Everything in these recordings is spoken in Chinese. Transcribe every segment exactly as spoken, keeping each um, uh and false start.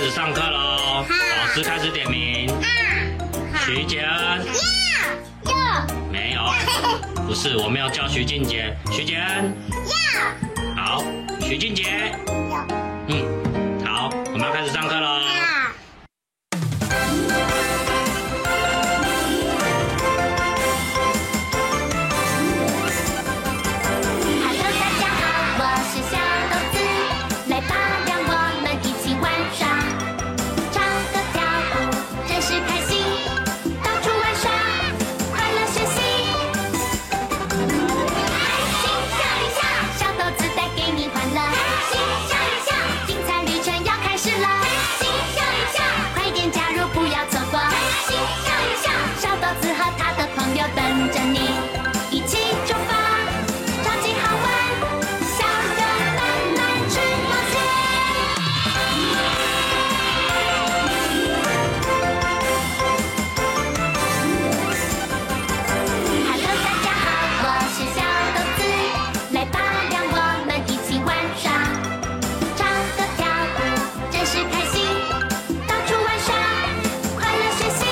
始上课喽！老师开始点名。徐杰恩。 要。要。 没有，不是，我没有叫徐静杰。徐杰恩。 要。 好，徐静杰。 要。 嗯，好，我们要开始上课喽。 等着你一起出发，超级好玩，小游慢慢去冒险。Hello， 大家好，我是小豆子，来吧，让我们一起玩耍，唱歌跳舞真是开心，到处玩耍，快乐学习。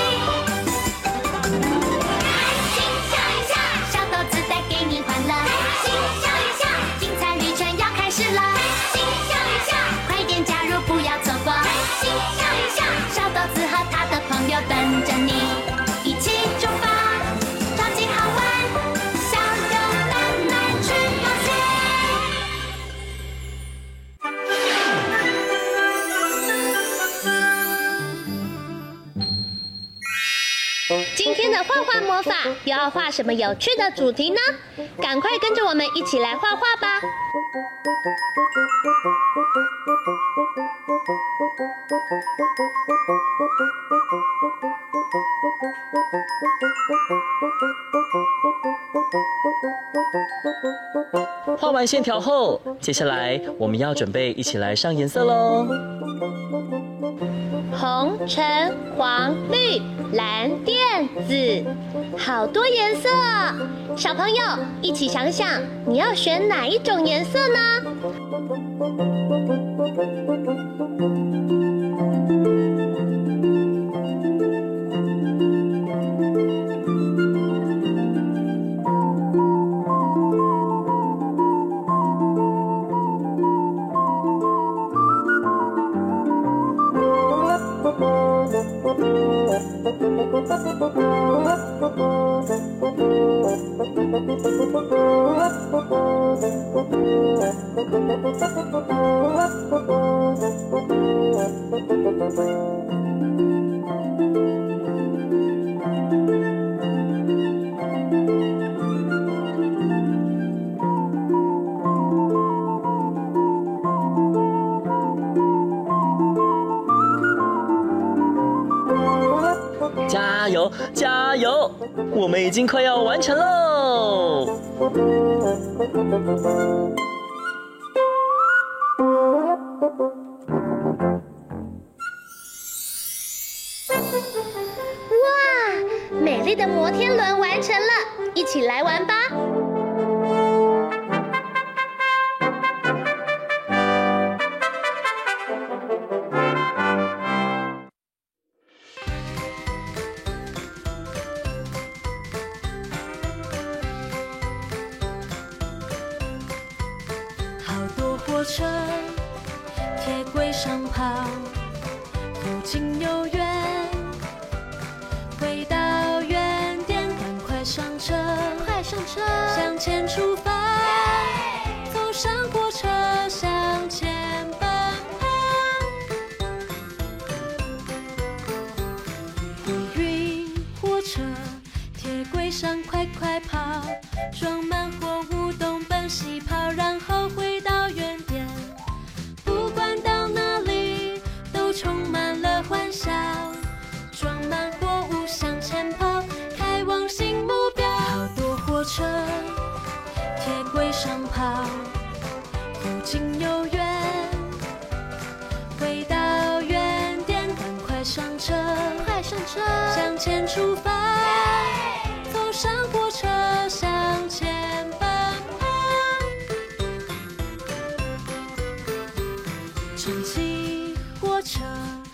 等着你一起出发，超级好玩，小游慢慢去冒险。 今天的画画魔法又要画什么有趣的主题呢？赶快跟着我们一起来画画吧！ 画完线条后，接下来我们要准备一起来上颜色喽。 红、橙、黄、绿、蓝、靛、紫，好多颜色啊！小朋友一起想想，你要选哪一种颜色呢？ 加油，加油！我们已经快要完成喽！ 哇，美丽的摩天轮完成了，一起来玩吧！ 火车，铁轨上跑，不近又远，回到原点，赶快上车， 快上车， 向前出发，走上火车，向前奔跑。货运火车，铁轨上快快跑，装满货物东奔西跑，然后回到原点。不管到哪里，都充满了欢笑，装满货物向前跑，开往新目标。好多火车，铁轨上跑，不近又远，回到原点，赶快上车， 快上车， 向前出发，走上火车，向前奔跑。乘起火车，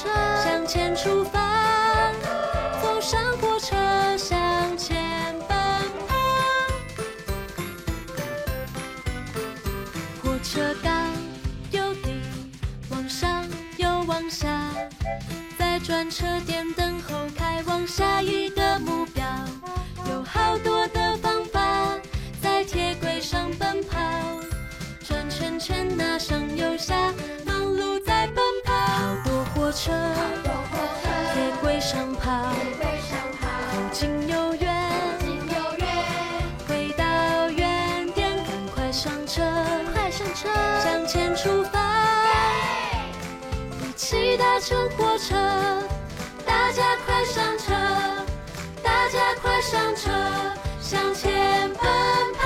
车向前出发，坐上火车向前奔跑。火车高又低，往上又往下，在转车点等候开往下一个目标。有好多的方法在铁轨上奔跑，转圈圈拿上右下，忙碌在奔跑。好多火车铁轨上跑，又近又远，回到原点，赶快上车， 快上车， 向前出发，一起搭乘火车，大家快上车，大家快上车，向前奔跑。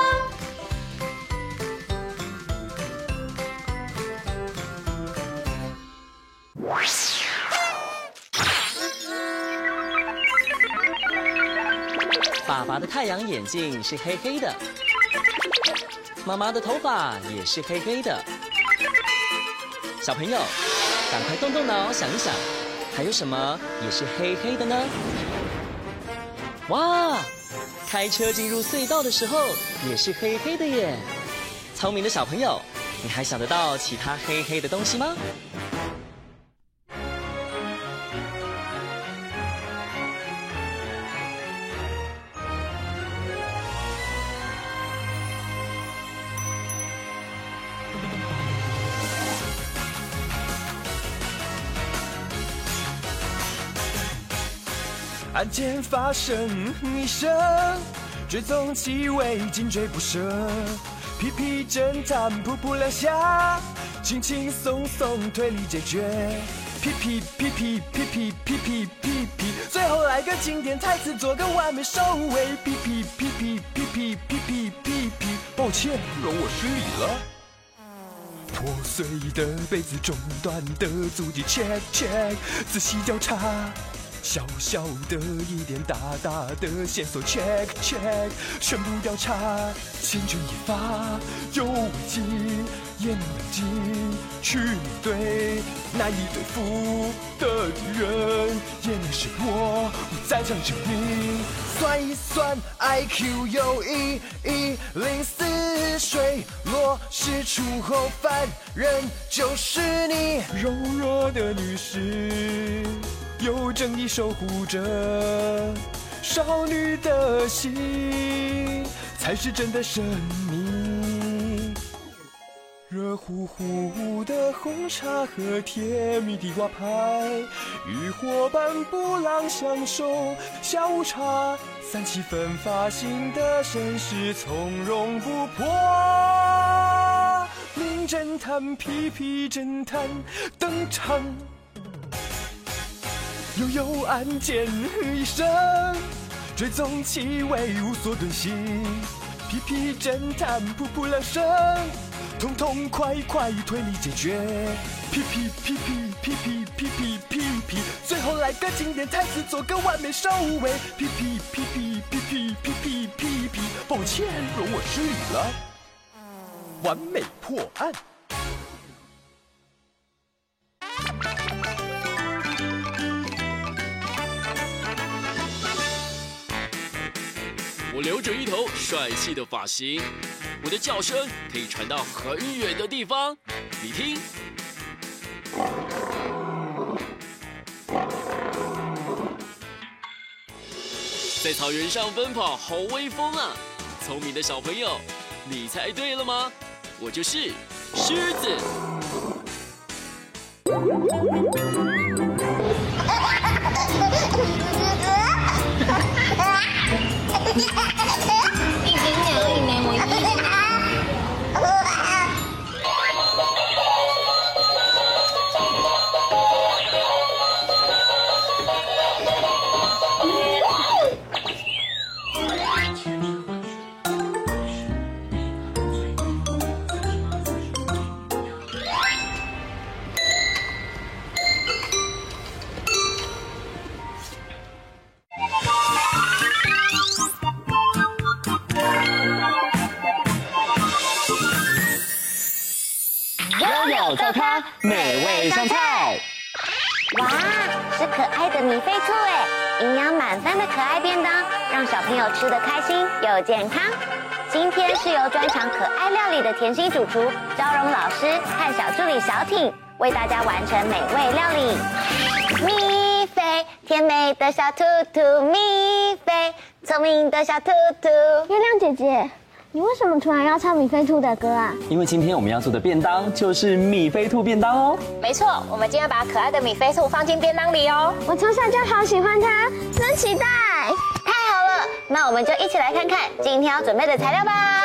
爸爸的太阳眼镜是黑黑的，妈妈的头发也是黑黑的。小朋友，赶快动动脑想一想，还有什么也是黑黑的呢？哇，开车进入隧道的时候也是黑黑的耶！聪明的小朋友，你还想得到其他黑黑的东西吗？ 案件发生一声，追踪气味紧追不舍，屁屁侦探噗噗两下，轻轻松松推理解决。屁屁屁屁屁屁屁屁屁屁，最后来个经典台词做个完美收尾。屁屁屁屁屁屁屁屁屁屁，抱歉，容我失礼了。破碎的杯子，中断的足迹 ，check check， 仔细调查。小小的一点，大大的线索 ，check check， 全部调查，千钧一发，有危机也能冷静去面对，难以对付的敌人，也能是我在场证明。算一算 I Q 有一一零四，水落石出后，犯人就是你，柔弱的女士。有正义守护着少女的心，才是真的神秘。热乎乎的红茶和甜蜜的瓜派，与伙伴布朗享受下午茶，三七分发型的绅士从容不迫。名侦探屁屁侦探登场。悠悠案件一声，追踪气味无所遁形，屁屁侦探噗噗两声，痛痛快快推理解决。屁屁屁屁屁屁屁屁屁屁，最后来个经典台词做个完美收尾。屁屁屁屁屁屁屁屁屁屁，抱歉，容我失礼了。完美破案。 我留着一头帅气的发型，我的叫声可以传到很远的地方。你听，在草原上奔跑，好威风啊！聪明的小朋友，你猜对了吗？我就是狮子。 一点点而已呢，我一点。 早咖美味上菜。 哇，是可爱的米菲兔哎，营养满分的可爱便当，让小朋友吃得开心又健康。今天是由专长可爱料理的甜心主厨昭荣老师和小助理小挺为大家完成美味料理。米菲，甜美的小兔兔，米菲，聪明的小兔兔。 月亮姐姐，你为什么突然要唱米菲兔的歌啊？ 因为今天我们要做的便当就是米菲兔便当哦。 没错，我们今天把可爱的米菲兔放进便当里哦。 我从小就好喜欢它，真期待！ 太好了，那我们就一起来看看今天要准备的材料吧。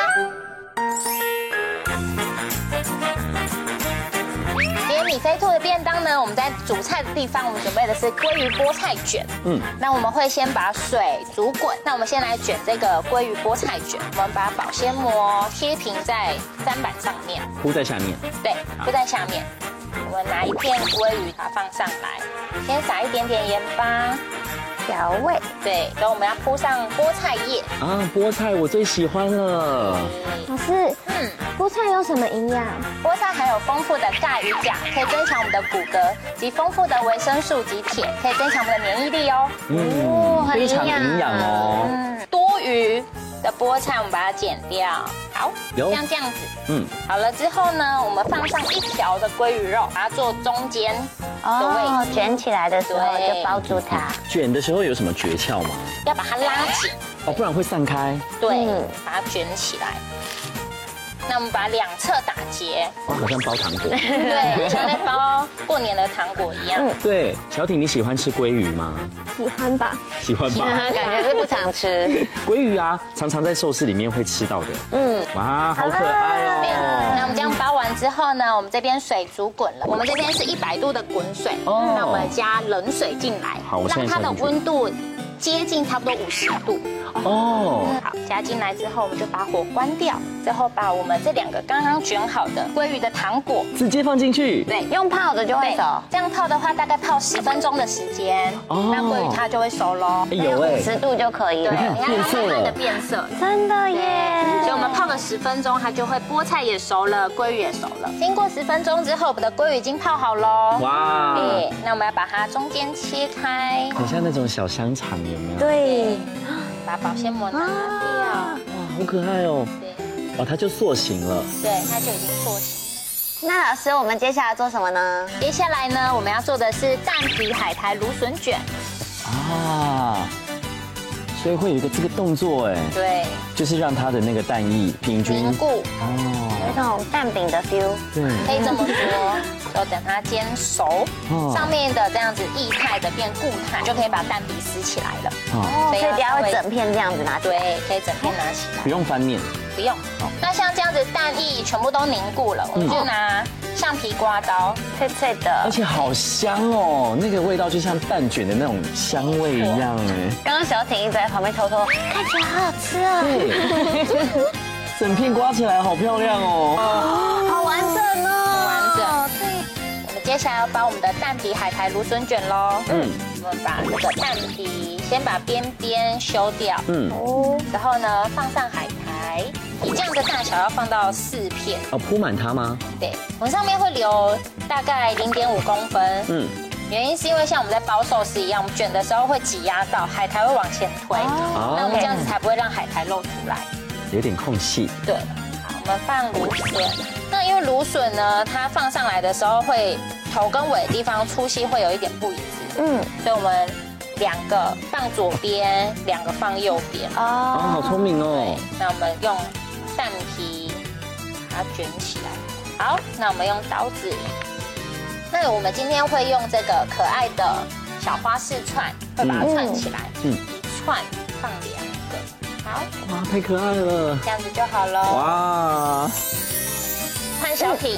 今天米菲兔的便当呢，我们在煮菜的地方，我们准备的是鲑鱼菠菜卷。嗯，那我们会先把水煮滚。那我们先来卷这个鲑鱼菠菜卷，我们把保鲜膜贴平在砧板上面， 铺在下面。 对，铺在下面。我们拿一片鲑鱼，把它放上来，先撒一点点盐巴。调味，对，然后我们要铺上菠菜叶啊，菠菜我最喜欢了。 老师，嗯，菠菜有什么营养？ 菠菜含有丰富的钙与钾，可以增强我们的骨骼，及丰富的维生素及铁，可以增强我们的免疫力哦。 嗯，非常营养哦。 嗯，多余的菠菜我们把它剪掉，好，像这样子。嗯，好了之后呢，我们放上一条的鲑鱼肉，把它做中间的位置， 卷起来的时候就包住它。 卷的时候有什么诀窍吗？ 要把它拉紧， 哦，不然会散开。 对，把它卷起来。那我们把两侧打结， 哇，好像包糖果。 对，像在包过年的糖果一样。 对，小挺，你喜欢吃鲑鱼吗？ 喜欢吧。 喜欢吧？ 感觉是不常吃。 鲑鱼啊，常常在寿司里面会吃到的。嗯，哇，好可爱哦。 那我们这样包完之后呢，我们这边水煮滚了，我们这边是一百度的滚水。哦。那我们加冷水进来， 好，我现在让它的温度接近差不多五十度。哦，好，加进来之后，我们就把火关掉，之后把我们这两个刚刚卷好的鲑鱼的糖果直接放进去。 对， 用泡的就会熟。 这样泡的话，大概泡十分钟的时间，那鲑鱼它就会熟喽。 有哎， 十度就可以了。 对，变色了，慢慢的变色， 真的耶！ 所以我们泡了十分钟，它就会菠菜也熟了，鲑鱼也熟了。经过十分钟之后，我们的鲑鱼已经泡好喽。哇！对，那我们要把它中间切开， 很像那种小香肠，有没有？ 对。 把保鲜膜拿掉，哇， 好可爱哦！对，哦，它就塑形了。 对，它就已经塑形。 那老师，我们接下来做什么呢？ 接下来呢，我们要做的是蛋皮海苔芦笋卷。啊， 所以会有一个这个动作，哎， 对， 就是让它的那个蛋液平均凝固， 哦，有一种蛋饼的 feel。 对，可以这么说。就等它煎熟，上面的这样子液态的变固态，就可以把蛋皮撕起来了。 哦，所以等下会整片这样子拿起来。 对，可以整片拿起来。 不用翻面。 不用。那像这样子蛋液全部都凝固了，我们就拿橡皮刮刀， 脆脆的， 而且好香哦，那个味道就像蛋卷的那种香味一样哎。 刚刚小挺一直在旁边偷偷，看起来好好吃啊。 对，整片刮起来好漂亮哦， 好完整哦。 接下来要包我们的蛋皮海苔芦笋卷喽。嗯，我们把这个蛋皮先把边边修掉。嗯，哦，然后呢放上海苔，以这样的大小要放到四片。 哦，铺满它吗？ 对，我们上面会留大概零点五公分。嗯，原因是因为像我们在包寿司一样，我们卷的时候会挤压到海苔会往前推，哦、那我们这样子才不会让海苔露出来， 有点空隙。 对，好，我们放芦笋。那因为芦笋呢，它放上来的时候会头跟尾的地方粗细会有一点不一致，嗯，所以我们两个放左边，两个放右边。 哦，好聪明哦。 那我们用蛋皮把它卷起来。好，那我们用刀子。那我们今天会用这个可爱的小花式串，会把它串起来。嗯，一串放两个。好， 哇，太可爱了。 这样子就好了。哇。换小挺，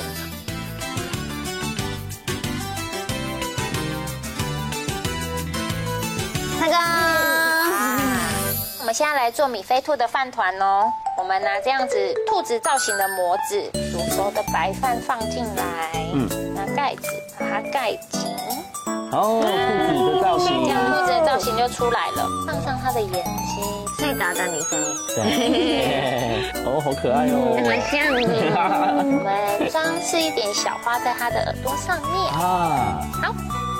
那个， 我们现在来做米菲兔的饭团哦。我们拿这样子兔子造型的模子，煮熟的白饭放进来，嗯，拿盖子把它盖紧。 哦，兔子的造型， 这样兔子的造型就出来了。放上它的眼睛， 最大的米菲。 对，哦，好可爱哦， 好像你。 我们装饰一点小花在它的耳朵上面。啊，好，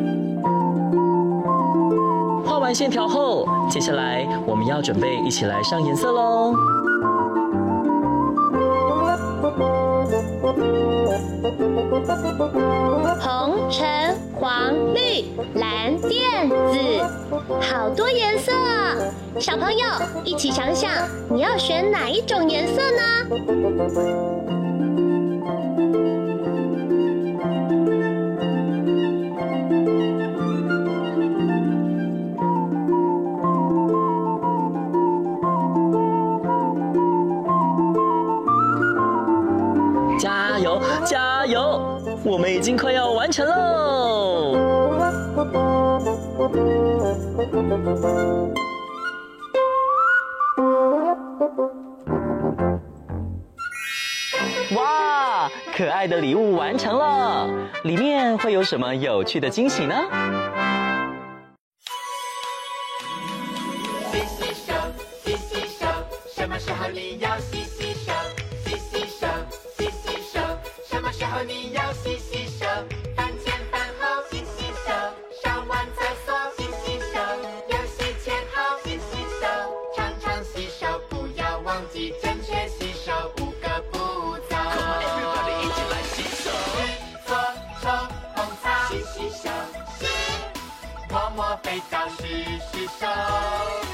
完线条后，接下来我们要准备一起来上颜色喽。 红、橙、黄、绿、蓝、靛、紫，好多颜色啊！小朋友一起想想，你要选哪一种颜色呢？ 加油，加油！我们已经快要完成喽！哇，可爱的礼物完成了，里面会有什么有趣的惊喜呢？ 洗洗手，洗洗手，什么时候你要洗洗手？洗洗手，洗洗手，什么时候你要洗洗手？饭前饭后洗洗手，上完厕所洗洗手，游戏前后洗洗手，常常洗手，不要忘记正确洗手五个步骤。Come on everybody， 一起来洗手。洗左手红擦，洗洗手。洗，摸摸肥皂，洗洗手。